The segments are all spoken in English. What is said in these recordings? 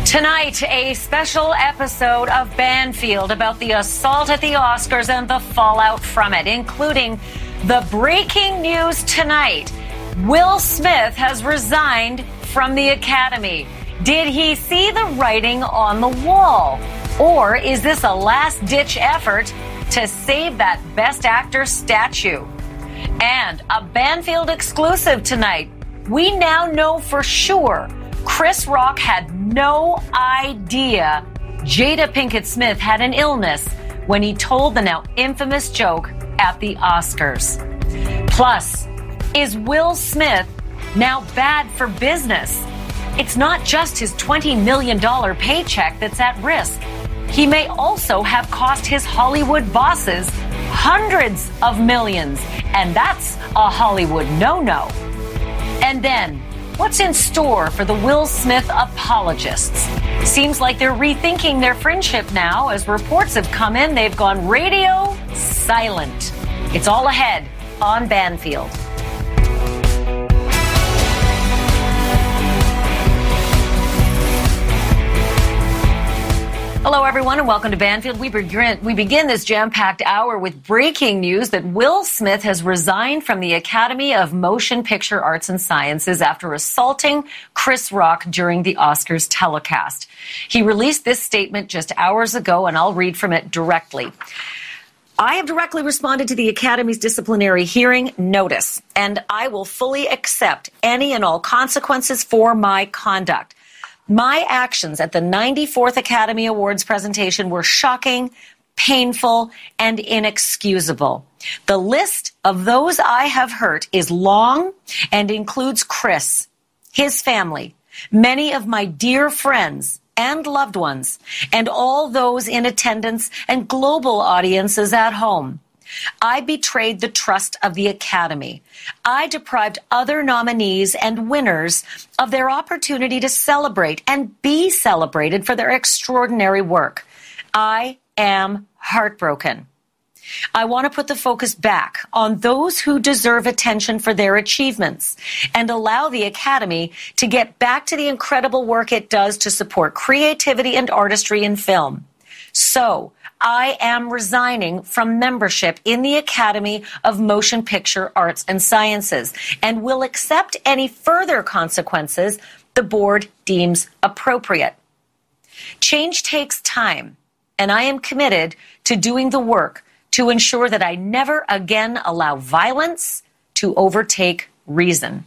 Tonight, a special episode of Banfield about the assault at the Oscars and the fallout from it, including the breaking news tonight. Will Smith has resigned from the Academy. Did he see the writing on the wall? Or is this a last-ditch effort to save that Best Actor statue? And a Banfield exclusive tonight. We now know for sure Chris Rock had no idea Jada Pinkett Smith had an illness when he told the now infamous joke at the Oscars. Plus, is Will Smith now bad for business? It's not just his $20 million paycheck that's at risk. He may also have cost his Hollywood bosses hundreds of millions, and that's a Hollywood no-no. And then, what's in store for the Will Smith apologists? Seems like they're rethinking their friendship now. As reports have come in, they've gone radio silent. It's all ahead on Banfield. Hello, everyone, and welcome to Banfield. We begin this jam-packed hour with breaking news that Will Smith has resigned from the Academy of Motion Picture Arts and Sciences after assaulting Chris Rock during the Oscars telecast. He released this statement just hours ago, and I'll read from it directly. I have directly responded to the Academy's disciplinary hearing notice, and I will fully accept any and all consequences for my conduct. My actions at the 94th Academy Awards presentation were shocking, painful, and inexcusable. The list of those I have hurt is long and includes Chris, his family, many of my dear friends and loved ones, and all those in attendance and global audiences at home. I betrayed the trust of the Academy. I deprived other nominees and winners of their opportunity to celebrate and be celebrated for their extraordinary work. I am heartbroken. I want to put the focus back on those who deserve attention for their achievements and allow the Academy to get back to the incredible work it does to support creativity and artistry in film. So, I am resigning from membership in the Academy of Motion Picture Arts and Sciences and will accept any further consequences the board deems appropriate. Change takes time, and I am committed to doing the work to ensure that I never again allow violence to overtake reason.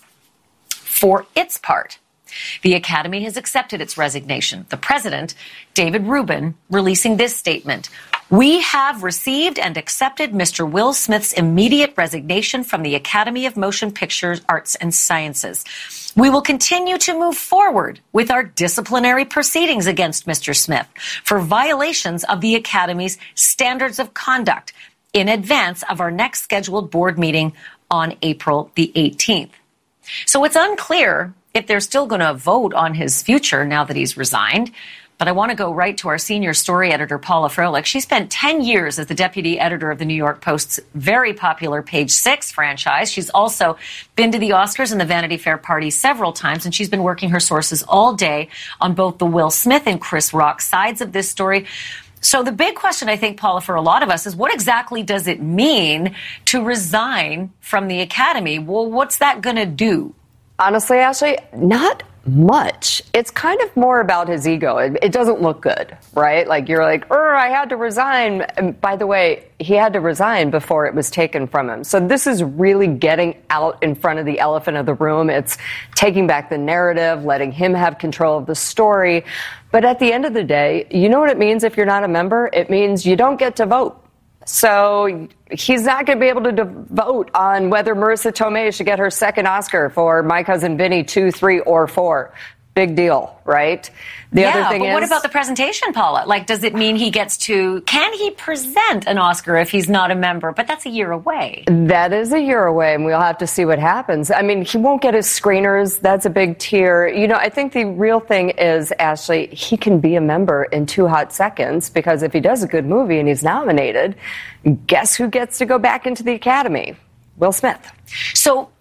For its part, the Academy has accepted its resignation. The president, David Rubin, releasing this statement. We have received and accepted Mr. Will Smith's immediate resignation from the Academy of Motion Picture Arts and Sciences. We will continue to move forward with our disciplinary proceedings against Mr. Smith for violations of the Academy's standards of conduct in advance of our next scheduled board meeting on April the 18th. So it's unclear if they're still going to vote on his future now that he's resigned. But I want to go right to our senior story editor, Paula Froelich. She spent 10 years as the deputy editor of the New York Post's very popular Page Six franchise. She's also been to the Oscars and the Vanity Fair party several times, and she's been working her sources all day on both the Will Smith and Chris Rock sides of this story. So the big question, I think, Paula, for a lot of us is what exactly does it mean to resign from the Academy? Well, what's that going to do? Honestly, Ashley, not much. It's kind of more about his ego. It doesn't look good, right? Like you're like, I had to resign. And by the way, he had to resign before it was taken from him. So this is really getting out in front of the elephant of the room. It's taking back the narrative, letting him have control of the story. But at the end of the day, you know what it means if you're not a member? It means you don't get to vote. So he's not going to be able to vote on whether Marissa Tomei should get her second Oscar for My Cousin Vinny 2, 3, or 4. Big deal, right? The other thing is, what about the presentation, Paula? Like, does it mean can he present an Oscar if he's not a member? But that's a year away. That is a year away, and we'll have to see what happens. I mean, he won't get his screeners. That's a big tier. You know, I think the real thing is, Ashley, he can be a member in 2 hot seconds, because if he does a good movie and he's nominated, guess who gets to go back into the Academy? Will Smith. So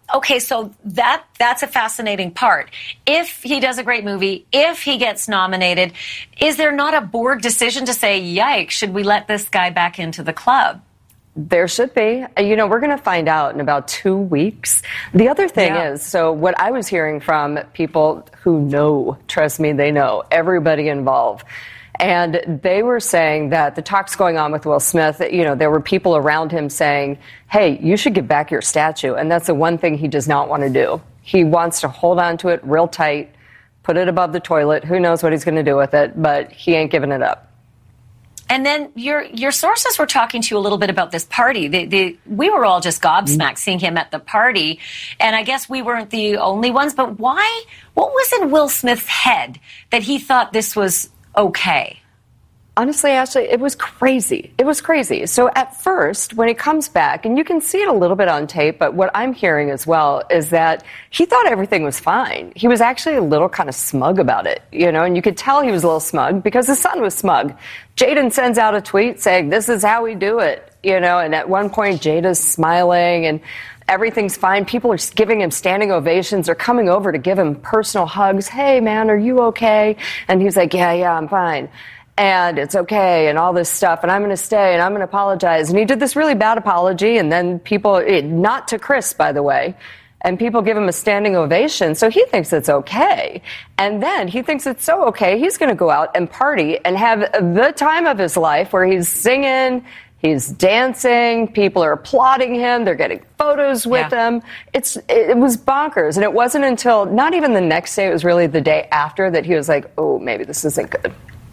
okay, so that's a fascinating part. If he does a great movie, if he gets nominated, is there not a board decision to say, yikes, should we let this guy back into the club? There should be. We're going to find out in about 2 weeks. The other thing is, so what I was hearing from people who know, trust me, they know, everybody involved. And they were saying that the talks going on with Will Smith, there were people around him saying, hey, you should give back your statue. And that's the one thing he does not want to do. He wants to hold on to it real tight, put it above the toilet. Who knows what he's going to do with it, but he ain't giving it up. And then your sources were talking to you a little bit about this party. We were all just gobsmacked seeing him at the party. And I guess we weren't the only ones. But why? What was in Will Smith's head that he thought this was okay? Honestly, Ashley, it was crazy. It was crazy. So at first, when he comes back, and you can see it a little bit on tape, but what I'm hearing as well is that he thought everything was fine. He was actually a little kind of smug about it, and you could tell he was a little smug because his son was smug. Jaden sends out a tweet saying, this is how we do it, and at one point Jada's smiling and everything's fine. People are giving him standing ovations. They're coming over to give him personal hugs. Hey, man, are you okay? And he's like, yeah, I'm fine. And it's okay, and all this stuff, and I'm going to stay, and I'm going to apologize. And he did this really bad apology, and then people, not to Chris, by the way, and people give him a standing ovation, so he thinks it's okay. And then he thinks it's so okay, he's going to go out and party and have the time of his life where he's singing, he's dancing, people are applauding him, they're getting photos with him. It was bonkers, and it wasn't until not even the next day, it was really the day after that he was like, oh, maybe this isn't good.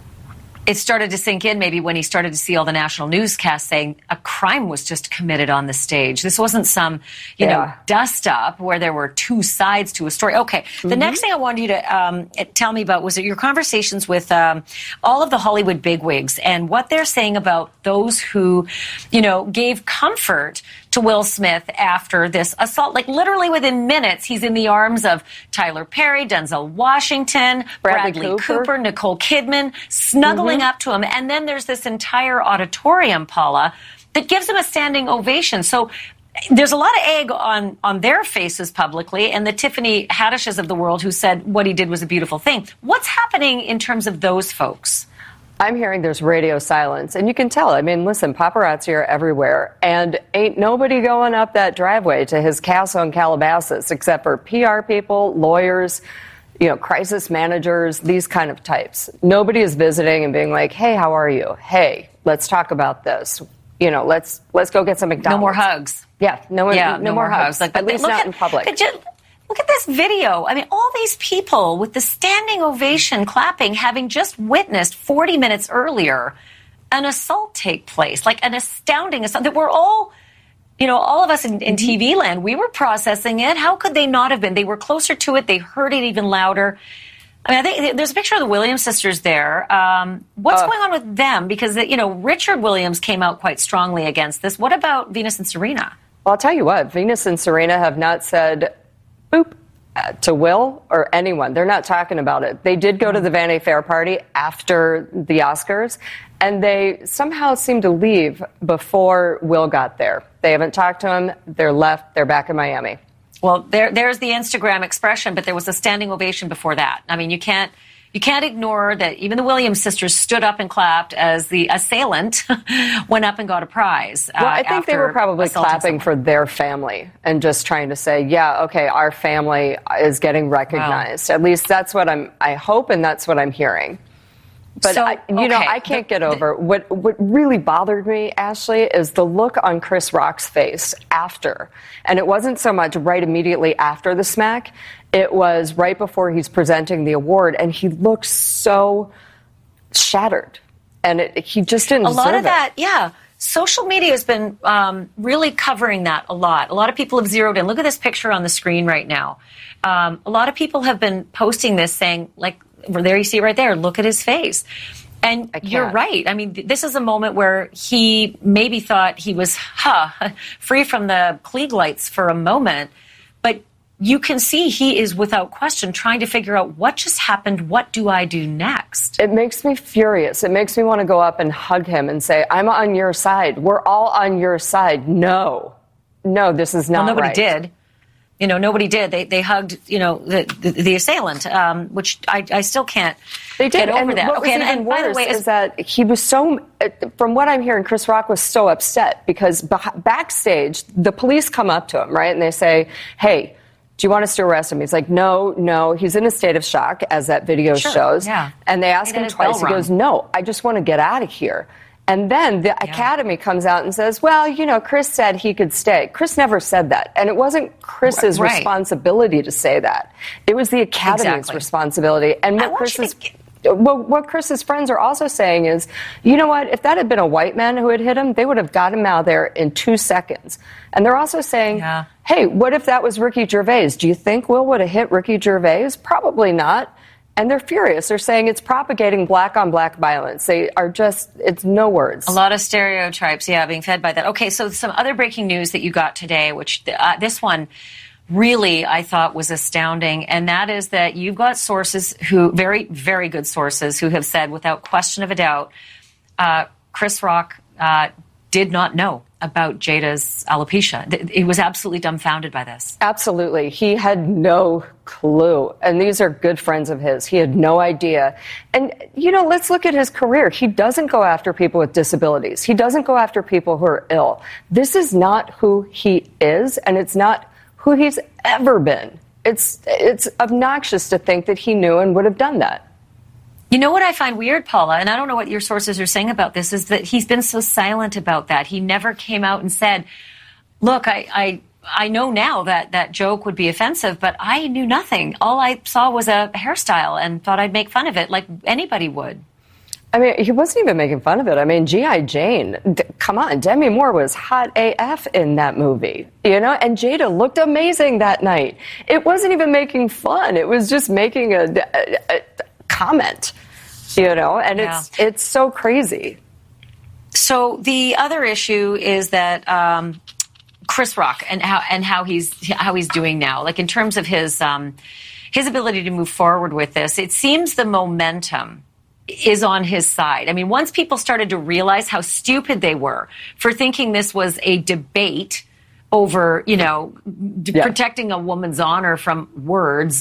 It started to sink in maybe when he started to see all the national newscasts saying a crime was just committed on the stage. This wasn't some, dust up where there were two sides to a story. Okay. The next thing I wanted you to tell me about was your conversations with all of the Hollywood bigwigs and what they're saying about those who, gave comfort to Will Smith after this assault. Like literally within minutes, he's in the arms of Tyler Perry, Denzel Washington, Bradley Cooper, Nicole Kidman, snuggling up to him. And then there's this entire auditorium, Paula, that gives him a standing ovation. So there's a lot of egg on their faces publicly, and the Tiffany Haddishes of the world who said what he did was a beautiful thing. What's happening in terms of those folks? I'm hearing there's radio silence, and you can tell. I mean, listen, paparazzi are everywhere, and ain't nobody going up that driveway to his castle in Calabasas except for PR people, lawyers, crisis managers, these kind of types. Nobody is visiting and being like, hey, how are you? Hey, let's talk about this. Let's go get some McDonald's. No more hugs. Yeah, no more hugs. At least not in public. Look at this video. I mean, all these people with the standing ovation clapping, having just witnessed 40 minutes earlier an assault take place, like an astounding assault that we're all, all of us in TV land, we were processing it. How could they not have been? They were closer to it. They heard it even louder. I mean, I think there's a picture of the Williams sisters there. What's going on with them? Because, Richard Williams came out quite strongly against this. What about Venus and Serena? Well, I'll tell you what, Venus and Serena have not said boop to Will or anyone. They're not talking about it. They did go to the Vanity Fair party after the Oscars, and they somehow seemed to leave before Will got there. They haven't talked to him. They're left. They're back in Miami. Well, there's the Instagram expression, but there was a standing ovation before that. I mean, you can't ignore that even the Williams sisters stood up and clapped as the assailant went up and got a prize. Well, I think they were probably clapping for their family and just trying to say, yeah, okay, our family is getting recognized. Wow. At least that's what I hope, and that's what I'm hearing. But, so, I can't get over what really bothered me, Ashley, is the look on Chris Rock's face after. And it wasn't so much right immediately after the smack. It was right before he's presenting the award, and he looked so shattered. And he just didn't deserve it. A lot of that, yeah. Social media has been really covering that a lot. A lot of people have zeroed in. Look at this picture on the screen right now. A lot of people have been posting this saying, like, there you see it right there. Look at his face. And you're right. I mean, this is a moment where he maybe thought he was free from the Klieg lights for a moment. But you can see he is, without question, trying to figure out what just happened. What do I do next? It makes me furious. It makes me want to go up and hug him and say, I'm on your side. We're all on your side. No, this is not right. Well, nobody did. Nobody did. They hugged, the assailant, which I still can't get over and that. What was even worse is that he was from what I'm hearing, Chris Rock was so upset because backstage, the police come up to him, right? And they say, hey, do you want us to arrest him? He's like, no. He's in a state of shock, as that video shows. Yeah. And they ask him twice. He goes, no, I just want to get out of here. And then the Academy comes out and says, well, Chris said he could stay. Chris never said that. And it wasn't Chris's responsibility to say that. It was the Academy's responsibility. And what Chris's friends are also saying is, you know what? If that had been a white man who had hit him, they would have got him out of there in 2 seconds. And they're also saying, hey, what if that was Ricky Gervais? Do you think Will would have hit Ricky Gervais? Probably not. And they're furious. They're saying it's propagating black-on-black violence. They are it's no words. A lot of stereotypes, being fed by that. Okay, so some other breaking news that you got today, which this one really I thought was astounding, and that is that you've got sources who, very, very good sources, who have said without question of a doubt, Chris Rock did not know about Jada's alopecia. He was absolutely dumbfounded by this. Absolutely. He had no clue. And these are good friends of his. He had no idea. And, let's look at his career. He doesn't go after people with disabilities. He doesn't go after people who are ill. This is not who he is, and it's not who he's ever been. It's obnoxious to think that he knew and would have done that. You know what I find weird, Paula, and I don't know what your sources are saying about this, is that he's been so silent about that. He never came out and said, look, I know now that joke would be offensive, but I knew nothing. All I saw was a hairstyle and thought I'd make fun of it like anybody would. I mean, he wasn't even making fun of it. I mean, G.I. Jane, come on, Demi Moore was hot AF in that movie, and Jada looked amazing that night. It wasn't even making fun. It was just making a comment, and it's so crazy. So the other issue is that Chris Rock and how he's doing now, like in terms of his ability to move forward with this. It seems the momentum is on his side. I mean, once people started to realize how stupid they were for thinking this was a debate over, protecting a woman's honor from words,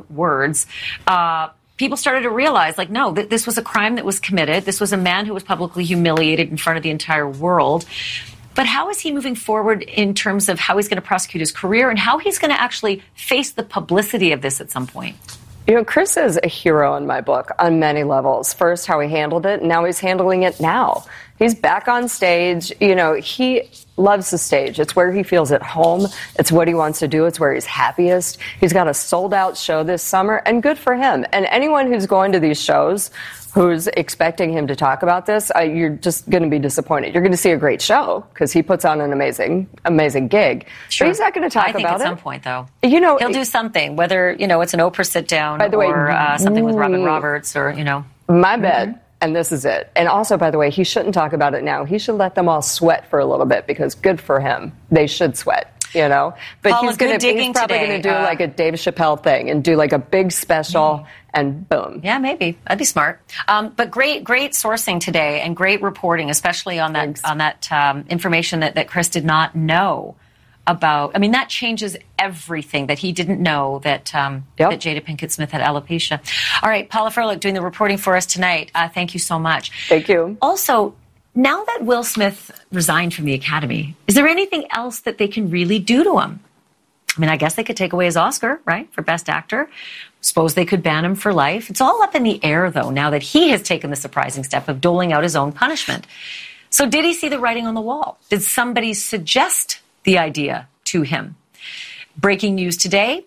people started to realize, like, no, this was a crime that was committed. This was a man who was publicly humiliated in front of the entire world. But how is he moving forward in terms of how he's going to prosecute his career and how he's going to actually face the publicity of this at some point? Chris is a hero in my book on many levels. First, how he handled it, and now he's handling it now. He's back on stage. He loves the stage. It's where he feels at home. It's what he wants to do. It's where he's happiest. He's got a sold-out show this summer, and good for him. And anyone who's going to these shows who's expecting him to talk about this, you're just going to be disappointed. You're going to see a great show because he puts on an amazing, amazing gig. Sure. But he's not going to talk about it. I think at some point, though, he'll do something, whether, it's an Oprah sit-down or something with Robin Roberts or, My bet, and this is it. And also, by the way, he shouldn't talk about it now. He should let them all sweat for a little bit because good for him. They should sweat. But Paula, he's probably going to do like a Dave Chappelle thing and do like a big special and boom. Yeah, maybe. That'd be smart. But great sourcing today and great reporting, especially on that information that Chris did not know about. I mean, that changes everything, that he didn't know that that Jada Pinkett Smith had alopecia. All right, Paula Furlick doing the reporting for us tonight. Thank you so much. Thank you. Also, now that Will Smith resigned from the Academy, is there anything else that they can really do to him? I mean, I guess they could take away his Oscar, right, for Best Actor. Suppose they could ban him for life. It's all up in the air, though, now that he has taken the surprising step of doling out his own punishment. So did he see the writing on the wall? Did somebody suggest the idea to him? Breaking news today.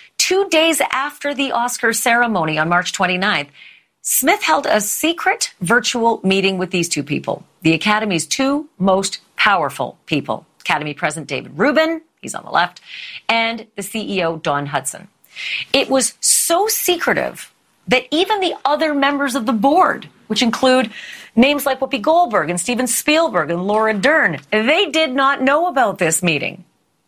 2 days after the Oscar ceremony on March 29th, Smith held a secret virtual meeting with these two people, the Academy's two most powerful people, Academy President David Rubin, he's on the left, and the CEO, Dawn Hudson. It was so secretive that even the other members of the board, which include names like Whoopi Goldberg and Steven Spielberg and Laura Dern, they did not know about this meeting.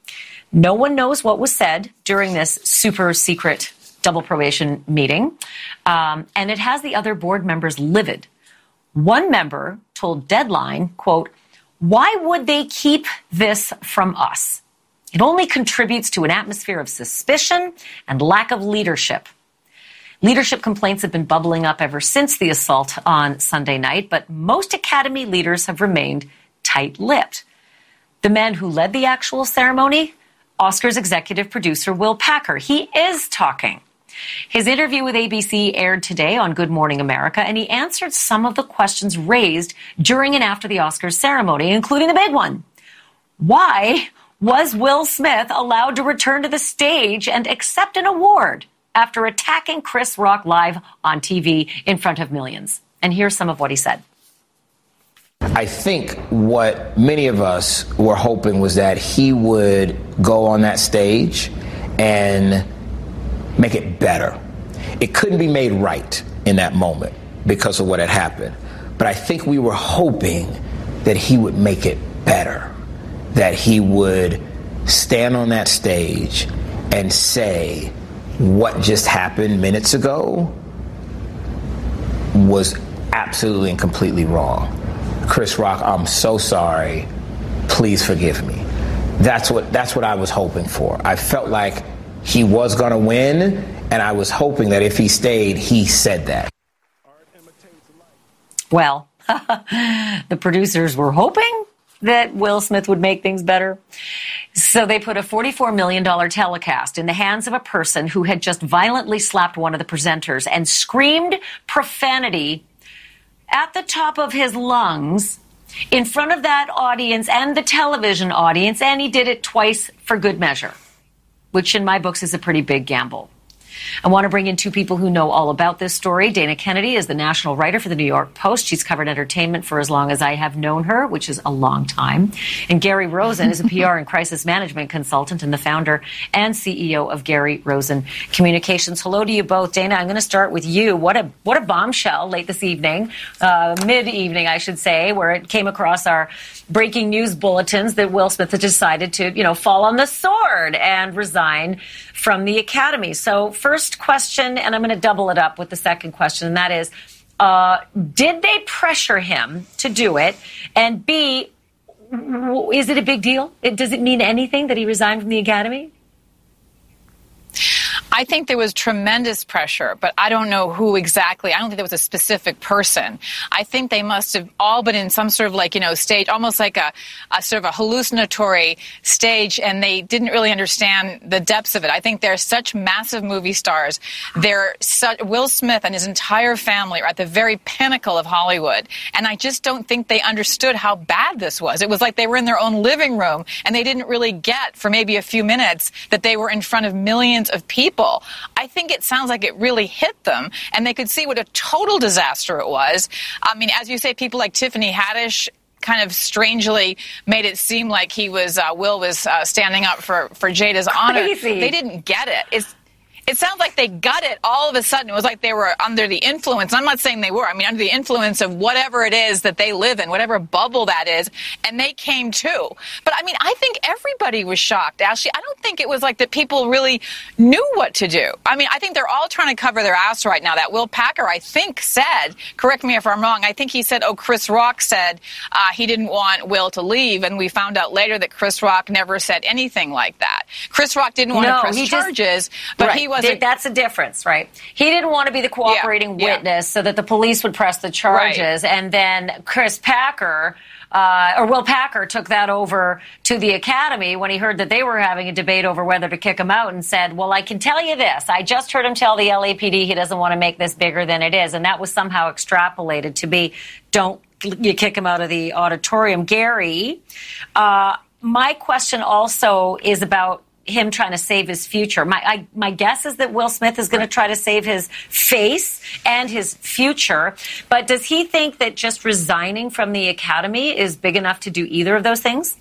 No one knows what was said during this super secret double probation meeting, and it has the other board members livid. One member told Deadline, quote, "Why would they keep this from us?" It only contributes to an atmosphere of suspicion and lack of leadership. Leadership complaints have been bubbling up ever since the assault on Sunday night, but most Academy leaders have remained tight-lipped. The man who led the actual ceremony, Oscars executive producer Will Packer. He is talking. His interview with ABC aired today on Good Morning America, and he answered some of the questions raised during and after the Oscars ceremony, including the big one. Why was Will Smith allowed to return to the stage and accept an award after attacking Chris Rock live on TV in front of millions? And here's some of what he said. I think what many of us were hoping was that he would go on that stage and make it better. It couldn't be made right in that moment because of what had happened. But I think we were hoping that he would make it better, that he would stand on that stage and say what just happened minutes ago was absolutely and completely wrong. Chris Rock, I'm so sorry. Please forgive me. That's what I was hoping for. I felt like he was going to win, and I was hoping that if he stayed, he said that. Well, the producers were hoping that Will Smith would make things better. So they put a $44 million telecast in the hands of a person who had just violently slapped one of the presenters and screamed profanity at the top of his lungs in front of that audience and the television audience, and he did it twice for good measure, which in my books is a pretty big gamble. I want to bring in two people who know all about this story. Dana Kennedy is the national writer for the New York Post. She's covered entertainment for as long as I have known her, which is a long time. And Gary Rosen is a PR and crisis management consultant and the founder and CEO of Gary Rosen Communications. Hello to you both. Dana, I'm going to start with you. What a bombshell late this evening, mid-evening, I should say, where it came across our breaking news bulletins that Will Smith had decided to, fall on the sword and resign from the Academy. So first question, and I'm going to double it up with the second question, and that is, did they pressure him to do it? And B, is it a big deal? Does it mean anything that he resigned from the Academy? I think there was tremendous pressure, but I don't know who exactly. I don't think there was a specific person. I think they must have all been in some sort of stage, almost like a sort of a hallucinatory stage, and they didn't really understand the depths of it. I think they're such massive movie stars. Will Smith and his entire family are at the very pinnacle of Hollywood, and I just don't think they understood how bad this was. It was like they were in their own living room, and they didn't really get, for maybe a few minutes, that they were in front of millions of people. I think it sounds like it really hit them, and they could see what a total disaster it was. I mean, as you say, people like Tiffany Haddish kind of strangely made it seem like Will was standing up for Jada's honor. Crazy. They didn't get it. It sounds like they got it all of a sudden. It was like they were under the influence. I'm not saying they were. I mean, under the influence of whatever it is that they live in, whatever bubble that is, and they came too. But, I mean, I think everybody was shocked, Ashley. I don't think it was like that people really knew what to do. I mean, I think they're all trying to cover their ass right now. That Will Packer, I think, said, correct me if I'm wrong, I think he said, Chris Rock said he didn't want Will to leave, and we found out later that Chris Rock never said anything like that. Chris Rock didn't want to press charges, but he was. That's a difference, right? He didn't want to be the cooperating witness so that the police would press the charges. Right. And then Chris Packer, or Will Packer, took that over to the Academy when he heard that they were having a debate over whether to kick him out and said, well, I can tell you this. I just heard him tell the LAPD he doesn't want to make this bigger than it is. And that was somehow extrapolated to be, don't you kick him out of the auditorium. Gary, my question also is about him trying to save his future. My guess is that Will Smith is going to try to save his face and his future. But does he think that just resigning from the Academy is big enough to do either of those things?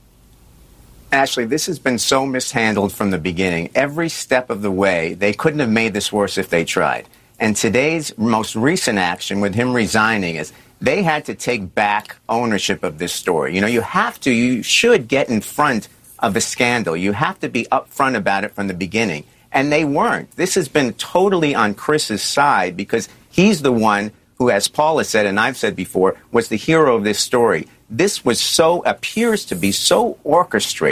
Ashley, this has been so mishandled from the beginning. Every step of the way, they couldn't have made this worse if they tried. And today's most recent action with him resigning is they had to take back ownership of this story. You should get in front of a scandal. You have to be upfront about it from the beginning. And they weren't. This has been totally on Chris's side because he's the one who, as Paula said and I've said before, was the hero of this story. This appears to be so orchestrated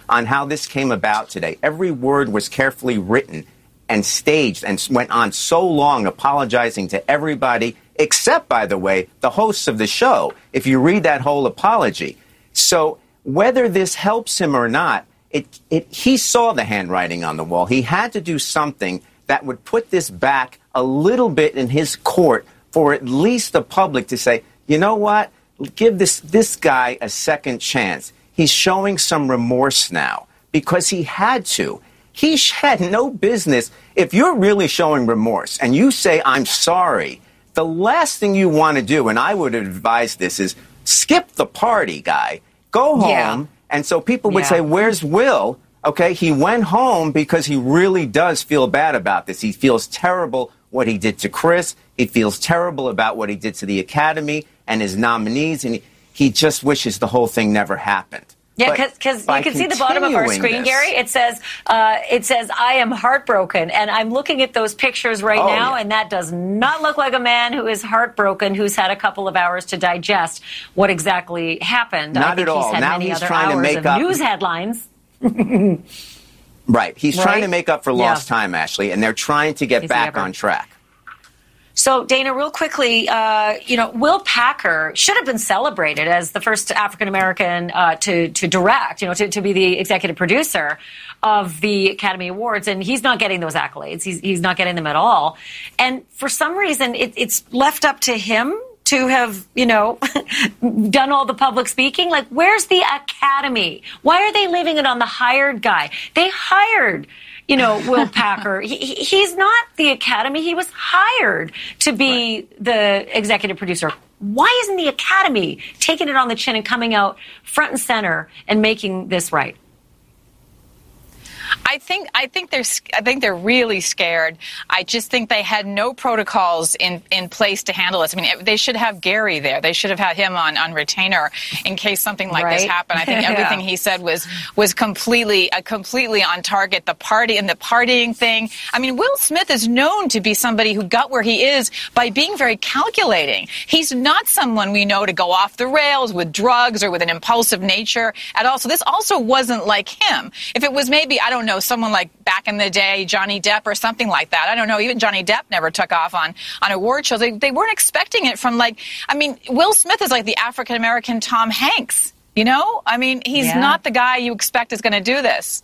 on how this came about today. Every word was carefully written and staged and went on so long apologizing to everybody except, by the way, the hosts of the show, if you read that whole apology. So whether this helps him or not, he saw the handwriting on the wall. He had to do something that would put this back a little bit in his court for at least the public to say, you know what, give this guy a second chance. He's showing some remorse now because he had to. He had no business. If you're really showing remorse and you say, I'm sorry, the last thing you want to do, and I would advise this, is skip the party, guy. Go home. Yeah. And so people would say, where's Will? Okay, he went home because he really does feel bad about this. He feels terrible what he did to Chris. He feels terrible about what he did to the Academy and his nominees. And he just wishes the whole thing never happened. Yeah, because you can see the bottom of our screen, Gary. It says, I am heartbroken. And I'm looking at those pictures right now, and that does not look like a man who is heartbroken, who's had a couple of hours to digest what exactly happened. Not at all. He's had now many he's other trying to hours make of up news headlines. Right. He's trying to make up for lost time, Ashley, and they're trying to get back on track. So, Dana, real quickly, Will Packer should have been celebrated as the first African-American to direct, to be the executive producer of the Academy Awards. And he's not getting those accolades. He's not getting them at all. And for some reason, it's left up to him to have, done all the public speaking. Like, where's the Academy? Why are they leaving it on the hired guy? They hired Will Packer. He's not the Academy. He was hired to be the executive producer. Why isn't the Academy taking it on the chin and coming out front and center and making this right? I think they're really scared. I just think they had no protocols in place to handle this. I mean, they should have Gary there. They should have had him on retainer in case something like this happened. I think everything he said was completely on target. The party and the partying thing. I mean, Will Smith is known to be somebody who got where he is by being very calculating. He's not someone we know to go off the rails with drugs or with an impulsive nature at all. So this also wasn't like him. If it was maybe, I don't know, someone like back in the day, Johnny Depp or something like that. I don't know. Even Johnny Depp never took off on award shows. They weren't expecting it from Will Smith is like the African-American Tom Hanks, I mean, he's not the guy you expect is going to do this.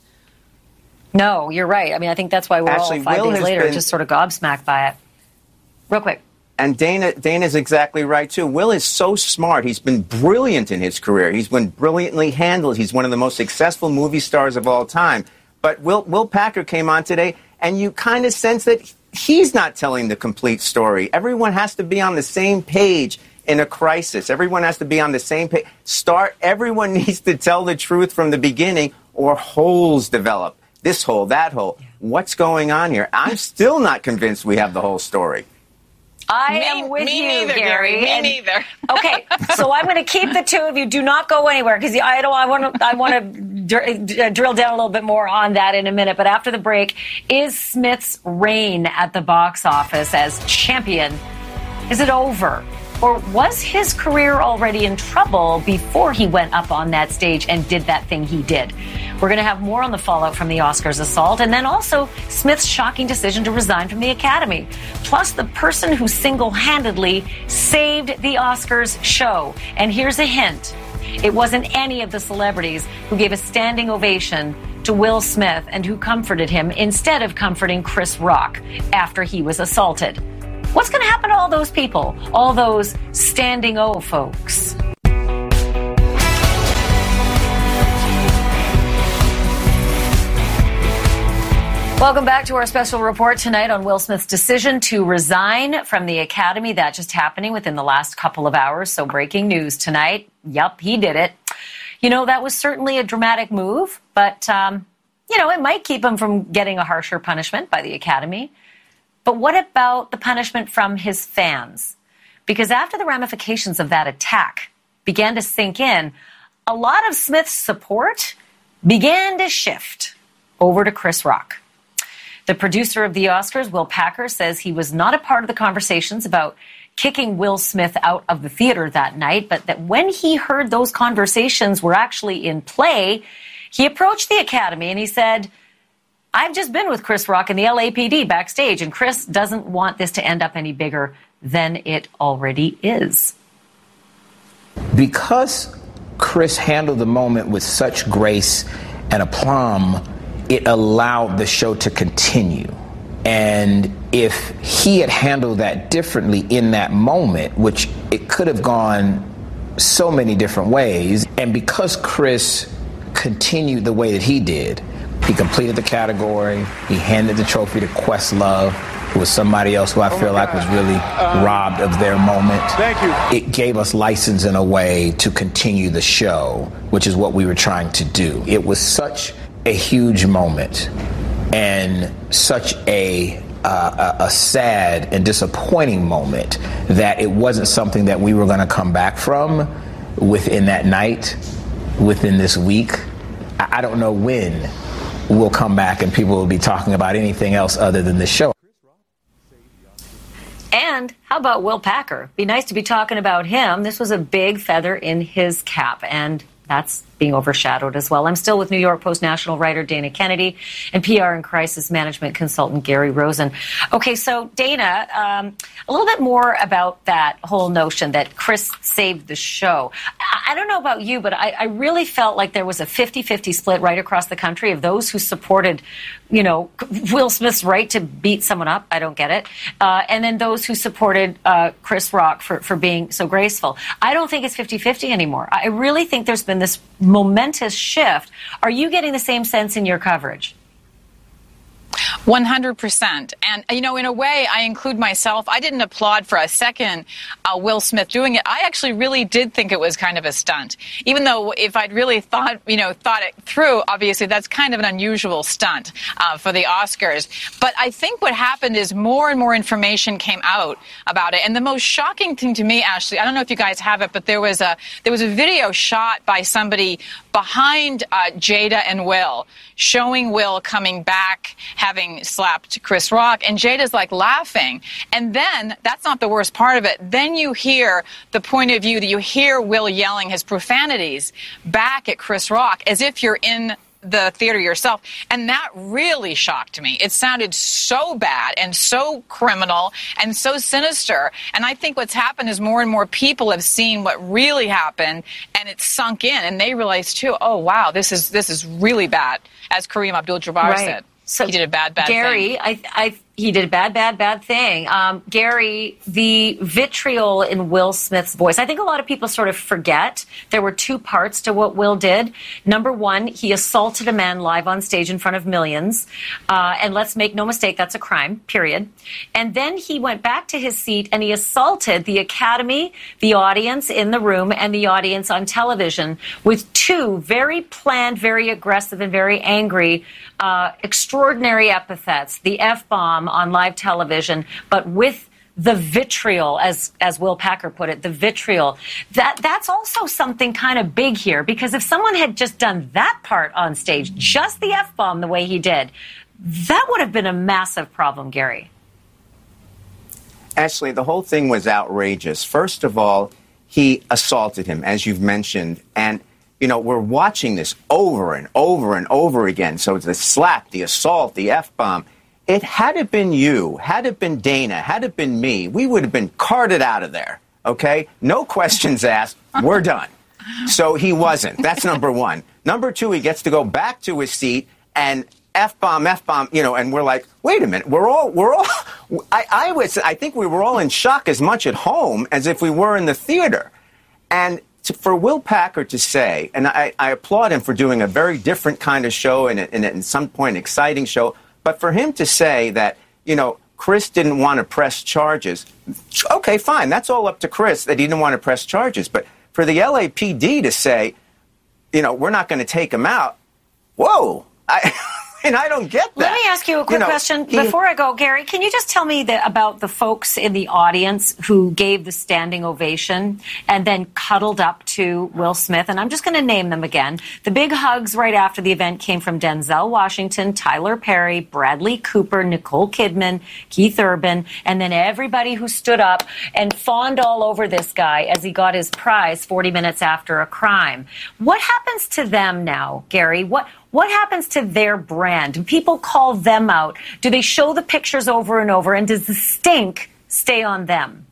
No, you're right. I mean, I think that's why we're all 5 days later just sort of gobsmacked by it. Real quick. And Dana's exactly right, too. Will is so smart. He's been brilliant in his career. He's been brilliantly handled. He's one of the most successful movie stars of all time. But Will Packer came on today, and you kind of sense that he's not telling the complete story. Everyone has to be on the same page in a crisis. Everyone has to be on the same page. Everyone needs to tell the truth from the beginning, or holes develop. This hole, that hole. What's going on here? I'm still not convinced we have the whole story. I am with you, neither, Gary. Me neither. Okay, so I'm going to keep the two of you. Do not go anywhere because I want to drill down a little bit more on that in a minute. But after the break, is Smith's reign at the box office as champion, is it over? Or was his career already in trouble before he went up on that stage and did that thing he did? We're going to have more on the fallout from the Oscars assault, and then also Smith's shocking decision to resign from the Academy. Plus, the person who single-handedly saved the Oscars show. And here's a hint. It wasn't any of the celebrities who gave a standing ovation to Will Smith and who comforted him instead of comforting Chris Rock after he was assaulted. What's going to happen to all those people, all those standing O folks? Welcome back to our special report tonight on Will Smith's decision to resign from the Academy. That just happening within the last couple of hours. So breaking news tonight. Yup, he did it. That was certainly a dramatic move, but, it might keep him from getting a harsher punishment by the Academy. But what about the punishment from his fans? Because after the ramifications of that attack began to sink in, a lot of Smith's support began to shift over to Chris Rock. The producer of the Oscars, Will Packer, says he was not a part of the conversations about kicking Will Smith out of the theater that night, but that when he heard those conversations were actually in play, He approached the Academy and he said, I've just been with Chris Rock and the LAPD backstage, and Chris doesn't want this to end up any bigger than it already is. Because Chris handled the moment with such grace and aplomb, it allowed the show to continue. And if he had handled that differently in that moment, which it could have gone so many different ways, and because Chris continued the way that he did, he completed the category, he handed the trophy to Questlove, who was somebody else who I feel like was really robbed of their moment. Thank you. It gave us license in a way to continue the show, which is what we were trying to do. It was such a huge moment and such a sad and disappointing moment that it wasn't something that we were going to come back from within that night, within this week. I don't know when we'll come back and people will be talking about anything else other than this show. And how about Will Packer? Be nice to be talking about him. This was a big feather in his cap, and that's being overshadowed as well. I'm still with New York Post national writer Dana Kennedy and PR and crisis management consultant Gary Rosen. Okay, so Dana, a little bit more about that whole notion that Chris saved the show. I don't know about you, but I really felt like there was a 50-50 split right across the country of those who supported, Will Smith's right to beat someone up. I don't get it. And then those who supported Chris Rock for being so graceful. I don't think it's 50-50 anymore. I really think there's been this momentous shift. Are you getting the same sense in your coverage? 100%. And, in a way, I include myself. I didn't applaud for a second Will Smith doing it. I actually really did think it was kind of a stunt. Even though if I'd really thought it through, obviously that's kind of an unusual stunt for the Oscars. But I think what happened is more and more information came out about it. And the most shocking thing to me, Ashley, I don't know if you guys have it, but there was a video shot by somebody behind Jada and Will, showing Will coming back, having slapped Chris Rock, and Jada's like laughing. And then, that's not the worst part of it, then you hear the point of view that you hear Will yelling his profanities back at Chris Rock as if you're in the theater yourself. And that really shocked me. It sounded so bad and so criminal and so sinister. And I think what's happened is more and more people have seen what really happened, and it's sunk in, and they realize too, oh wow, this is really bad, as Kareem Abdul-Jabbar said. So he did a bad Gary, thing. He did a bad thing. Gary, the vitriol in Will Smith's voice, I think a lot of people sort of forget there were two parts to what Will did. Number one, he assaulted a man live on stage in front of millions. And let's make no mistake, that's a crime, period. And then he went back to his seat and he assaulted the Academy, the audience in the room, and the audience on television with two very planned, very aggressive, and very angry, extraordinary epithets. The F-bomb on live television, but with the vitriol, as Will Packer put it, the vitriol. That's also something kind of big here, because if someone had just done that part on stage, just the F-bomb the way he did, that would have been a massive problem, Gary. Ashley, the whole thing was outrageous. First of all, he assaulted him, as you've mentioned, and we're watching this over and over and over again. So it's the slap, the assault, the F-bomb. Had it been you, had it been Dana, had it been me, we would have been carted out of there, okay? No questions asked. We're done. So he wasn't. That's number one. Number two, he gets to go back to his seat and F-bomb, and we're like, wait a minute, I think we were all in shock as much at home as if we were in the theater. And for Will Packer to say, and I applaud him for doing a very different kind of show and at some point exciting show, but for him to say that, Chris didn't want to press charges, okay, fine. That's all up to Chris that he didn't want to press charges. But for the LAPD to say, we're not going to take him out, whoa. And I don't get that. Let me ask you a quick question before I go, Gary. Can you just tell me about the folks in the audience who gave the standing ovation and then cuddled up to Will Smith? And I'm just going to name them again. The big hugs right after the event came from Denzel Washington, Tyler Perry, Bradley Cooper, Nicole Kidman, Keith Urban, and then everybody who stood up and fawned all over this guy as he got his prize 40 minutes after a crime. What happens to them now, Gary? What happens to their brand? Do people call them out? Do they show the pictures over and over? And does the stink stay on them?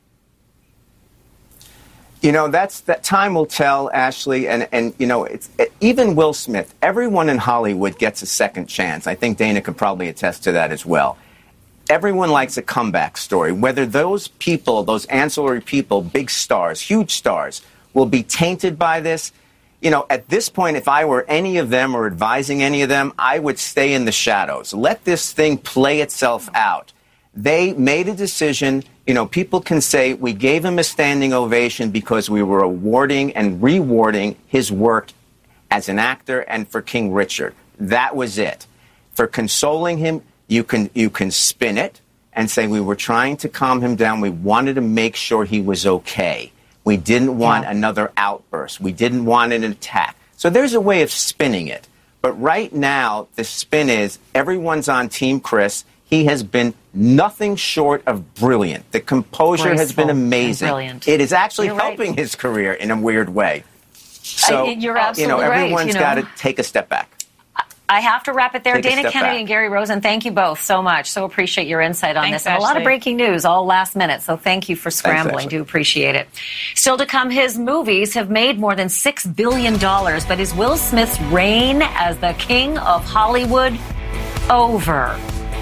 That time will tell, Ashley. And even Will Smith, everyone in Hollywood gets a second chance. I think Dana could probably attest to that as well. Everyone likes a comeback story. Whether those people, those ancillary people, big stars, huge stars, will be tainted by this. At this point, if I were any of them or advising any of them, I would stay in the shadows. Let this thing play itself out. They made a decision. People can say we gave him a standing ovation because we were awarding and rewarding his work as an actor and for King Richard. That was it. For consoling him, you can spin it and say we were trying to calm him down. We wanted to make sure he was okay. We didn't want another outburst. We didn't want an attack. So there's a way of spinning it. But right now, the spin is everyone's on Team Chris. He has been nothing short of brilliant. The composure has been amazing. It is actually helping his career in a weird way. So, you're absolutely everyone's got to take a step back. I have to wrap it there. Take Dana Kennedy and Gary Rosen, thank you both so much. So appreciate your insight on Thanks, this. And a lot of breaking news all last minute. So thank you for scrambling. Thanks, do appreciate it. Still to come, his movies have made more than $6 billion. But is Will Smith's reign as the king of Hollywood over?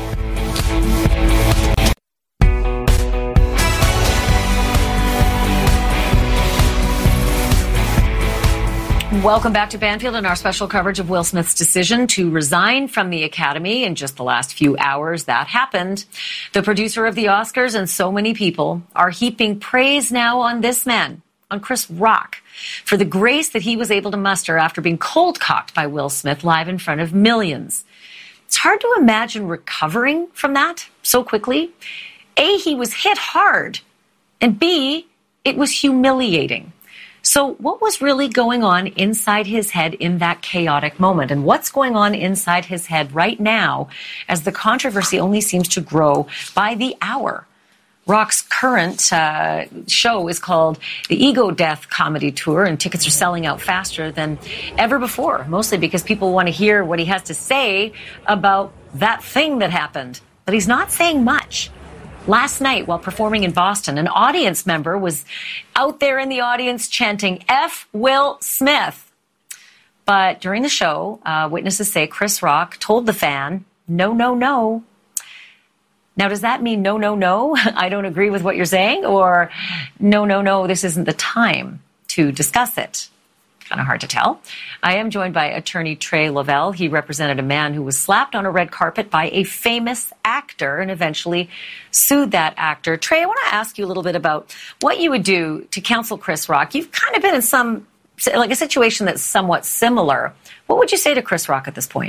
Welcome back to Banfield and our special coverage of Will Smith's decision to resign from the Academy. In just the last few hours, that happened. The producer of the Oscars and so many people are heaping praise now on this man, on Chris Rock, for the grace that he was able to muster after being cold-cocked by Will Smith live in front of millions. It's hard to imagine recovering from that so quickly. A, he was hit hard, and B, it was humiliating. So what was really going on inside his head in that chaotic moment? And what's going on inside his head right now as the controversy only seems to grow by the hour? Rock's current show is called the Ego Death Comedy Tour, and tickets are selling out faster than ever before, mostly because people want to hear what he has to say about that thing that happened. But he's not saying much. Last night, while performing in Boston, an audience member was out there in the audience chanting, F. Will Smith. But during the show, witnesses say Chris Rock told the fan, no, no, no. Now, does that mean no, no, no, I don't agree with what you're saying? Or no, no, no, this isn't the time to discuss it? Kind of hard to tell. I am joined by attorney Trey Lavelle. He represented a man who was slapped on a red carpet by a famous actor and eventually sued that actor. Trey, I want to ask you a little bit about what you would do to counsel Chris Rock. You've kind of been in a situation that's somewhat similar. What would you say to Chris Rock at this point?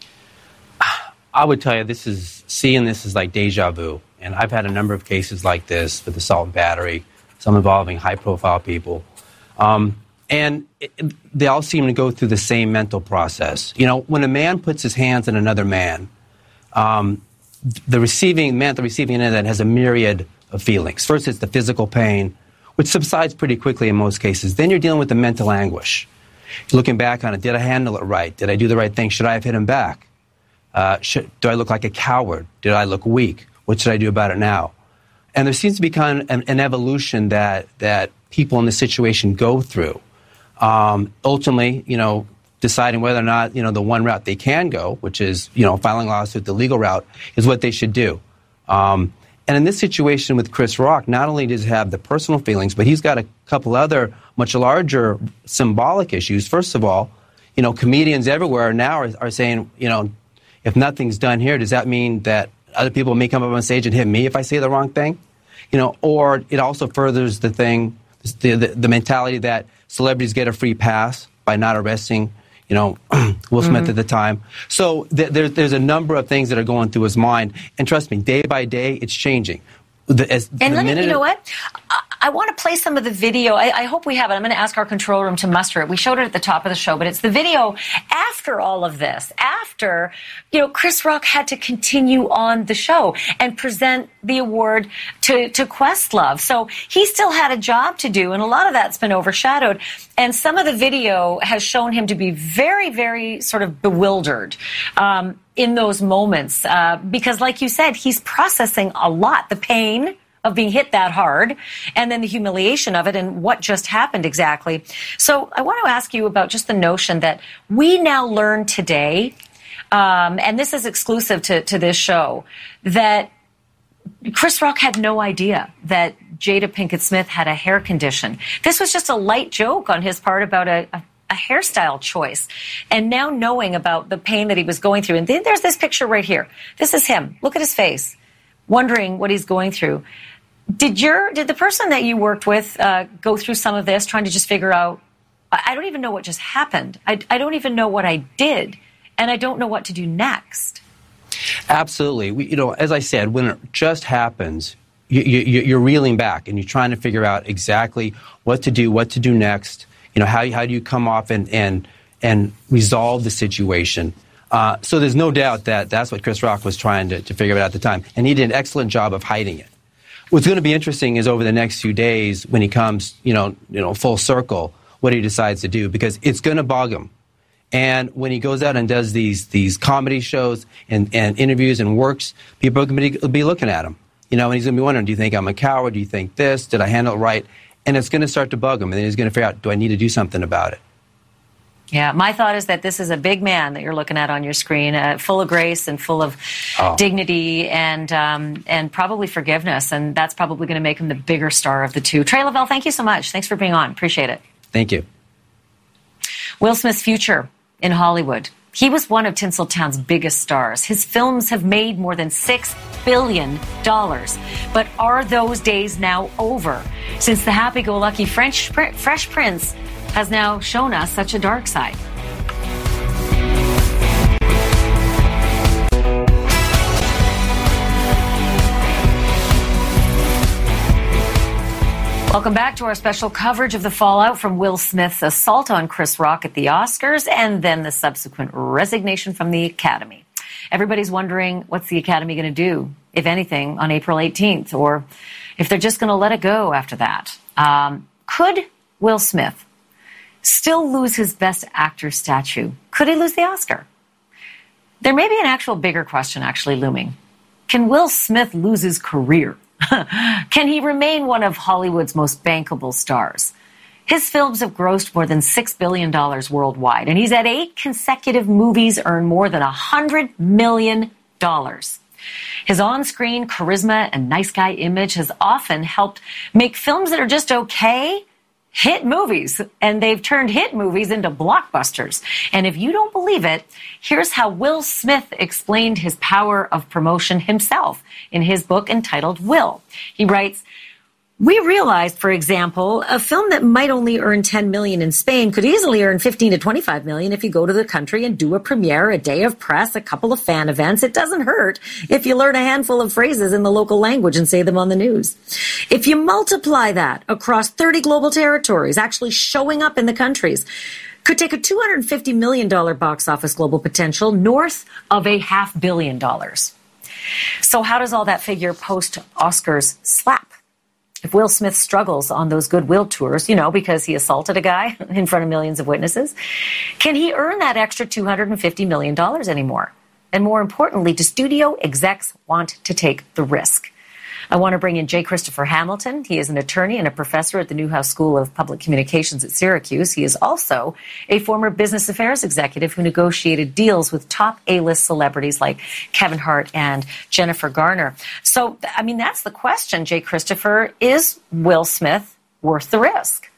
I would tell you seeing this is like deja vu. And I've had a number of cases like this with assault and battery, some involving high-profile people. They all seem to go through the same mental process. When a man puts his hands on another man, the receiving end of that has a myriad of feelings. First, it's the physical pain, which subsides pretty quickly in most cases. Then you're dealing with the mental anguish. You're looking back on it. Did I handle it right? Did I do the right thing? Should I have hit him back? Do I look like a coward? Did I look weak? What should I do about it now? And there seems to be kind of an evolution that people in this situation go through. Ultimately, deciding whether or not, the one route they can go, which is, filing a lawsuit, the legal route, is what they should do. And in this situation with Chris Rock, not only does he have the personal feelings, but he's got a couple other much larger symbolic issues. First of all, comedians everywhere now are saying, if nothing's done here, does that mean that other people may come up on stage and hit me if I say the wrong thing? Or it also furthers the mentality that celebrities get a free pass by not arresting, Will Smith at the time. So there's a number of things that are going through his mind. And trust me, day by day, it's changing. You know what? I want to play some of the video. I hope we have it. I'm going to ask our control room to muster it. We showed it at the top of the show, but it's the video after all of this, after, Chris Rock had to continue on the show and present the award to Questlove. So he still had a job to do, and a lot of that's been overshadowed. And some of the video has shown him to be very, very sort of bewildered in those moments because, like you said, he's processing a lot. The pain of being hit that hard, and then the humiliation of it and what just happened exactly. So I want to ask you about just the notion that we now learn today, and this is exclusive to this show, that Chris Rock had no idea that Jada Pinkett Smith had a hair condition. This was just a light joke on his part about a hairstyle choice. And now knowing about the pain that he was going through, and then there's this picture right here. This is him. Look at his face, wondering what he's going through. Did the person that you worked with go through some of this, trying to just figure out, I don't even know what just happened. I don't even know what I did, and I don't know what to do next. Absolutely. As I said, when it just happens, you're reeling back and you're trying to figure out exactly what to do next. How do you come off and resolve the situation? So there's no doubt that that's what Chris Rock was trying to figure out at the time, and he did an excellent job of hiding it. What's going to be interesting is over the next few days when he comes, full circle, what he decides to do, because it's going to bug him. And when he goes out and does these comedy shows and interviews and works, people are going to be looking at him, and he's going to be wondering, do you think I'm a coward? Do you think this? Did I handle it right? And it's going to start to bug him, and then he's going to figure out, do I need to do something about it? Yeah, my thought is that this is a big man that you're looking at on your screen, full of grace and full of dignity and probably forgiveness, and that's probably going to make him the bigger star of the two. Trey Lavelle, thank you so much. Thanks for being on. Appreciate it. Thank you. Will Smith's future in Hollywood. He was one of Tinseltown's biggest stars. His films have made more than $6 billion. But are those days now over? Since the happy-go-lucky Fresh Prince has now shown us such a dark side. Welcome back to our special coverage of the fallout from Will Smith's assault on Chris Rock at the Oscars and then the subsequent resignation from the Academy. Everybody's wondering, what's the Academy going to do, if anything, on April 18th, or if they're just going to let it go after that. Could Will Smith still lose his Best Actor statue? Could he lose the Oscar? There may be an actual bigger question actually looming. Can Will Smith lose his career? Can he remain one of Hollywood's most bankable stars? His films have grossed more than $6 billion worldwide, and he's had 8 consecutive movies earn more than $100 million. His on-screen charisma and nice guy image has often helped make films that are just okay hit movies, and they've turned hit movies into blockbusters. And if you don't believe it, here's how Will Smith explained his power of promotion himself in his book entitled Will. He writes, "We realized, for example, a film that might only earn $10 million in Spain could easily earn $15 to $25 million if you go to the country and do a premiere, a day of press, a couple of fan events. It doesn't hurt if you learn a handful of phrases in the local language and say them on the news. If you multiply that across 30 global territories, actually showing up in the countries, could take a $250 million box office global potential north of $500 million. So how does all that figure post-Oscars slap? If Will Smith struggles on those goodwill tours, because he assaulted a guy in front of millions of witnesses, can he earn that extra $250 million anymore? And more importantly, do studio execs want to take the risk? I want to bring in J. Christopher Hamilton. He is an attorney and a professor at the Newhouse School of Public Communications at Syracuse. He is also a former business affairs executive who negotiated deals with top A-list celebrities like Kevin Hart and Jennifer Garner. So, that's the question, J. Christopher. Is Will Smith worth the risk?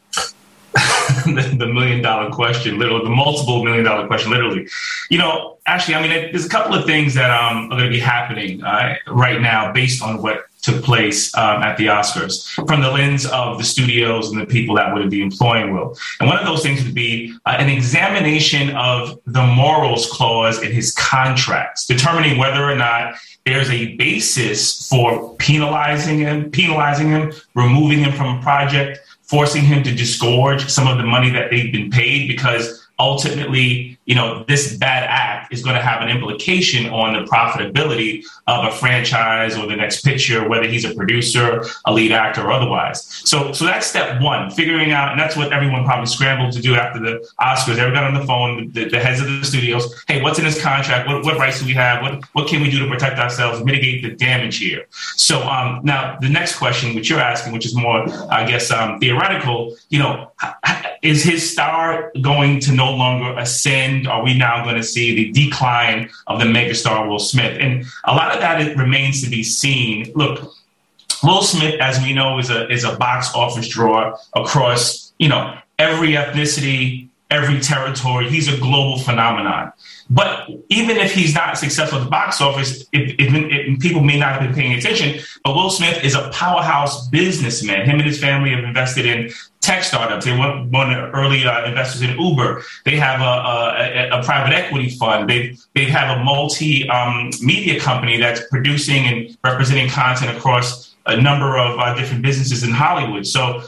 The $1 million question, literally, the multiple $1 million question, literally. There's a couple of things that are going to be happening right now based on what took place at the Oscars from the lens of the studios and the people that would be employing Will. And one of those things would be an examination of the morals clause in his contracts, determining whether or not there's a basis for penalizing him, removing him from a project, forcing him to disgorge some of the money that they've been paid, because ultimately, this bad act is going to have an implication on the profitability of a franchise or the next picture, whether he's a producer, a lead actor, or otherwise. So that's step one, figuring out, and that's what everyone probably scrambled to do after the Oscars. Everyone got on the phone, the heads of the studios. Hey, what's in this contract? What rights do we have? What can we do to protect ourselves, mitigate the damage here? So now the next question, which you're asking, which is more, I guess, theoretical, is his star going to no longer ascend? Are we now going to see the decline of the megastar Will Smith? And a lot of that remains to be seen. Look, Will Smith, as we know, is a box office draw across, every ethnicity, every territory. He's a global phenomenon. But even if he's not successful at the box office, if people may not have been paying attention, but Will Smith is a powerhouse businessman. Him and his family have invested in tech startups. They were one of the early investors in Uber. They have a private equity fund. They have a multi-media company that's producing and representing content across a number of different businesses in Hollywood. So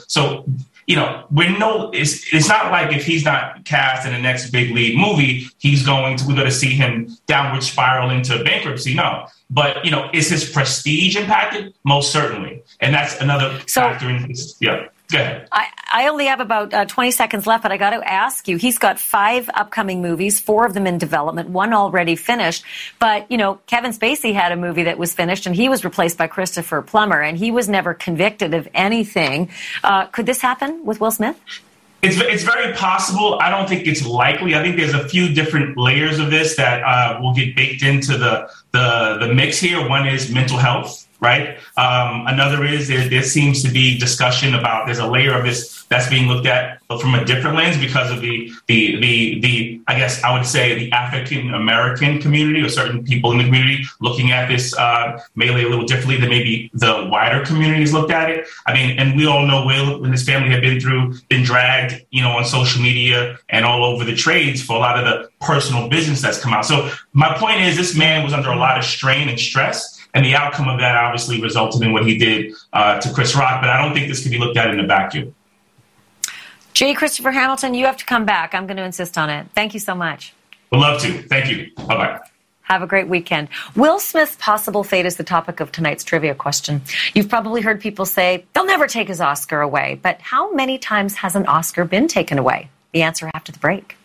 it's not like if he's not cast in the next big lead movie, we're going to see him downward spiral into bankruptcy. No. But, is his prestige impacted? Most certainly. And that's another factor in this. Yeah. Go ahead. I only have about 20 seconds left, but I got to ask you, he's got 5 upcoming movies, 4 of them in development, 1 already finished. But, Kevin Spacey had a movie that was finished and he was replaced by Christopher Plummer and he was never convicted of anything. Could this happen with Will Smith? It's very possible. I don't think it's likely. I think there's a few different layers of this that will get baked into the mix here. One is mental health, right? Another is there seems to be discussion about there's a layer of this that's being looked at from a different lens because of the I guess I would say the African American community or certain people in the community looking at this mainly a little differently than maybe the wider communities looked at it. I mean, and we all know Will and his family have been dragged, on social media and all over the trades for a lot of the personal business that's come out. So my point is this man was under a lot of strain and stress. And the outcome of that obviously resulted in what he did to Chris Rock. But I don't think this can be looked at in a vacuum. J. Christopher Hamilton, you have to come back. I'm going to insist on it. Thank you so much. Would love to. Thank you. Bye-bye. Have a great weekend. Will Smith's possible fate is the topic of tonight's trivia question. You've probably heard people say they'll never take his Oscar away. But how many times has an Oscar been taken away? The answer after the break.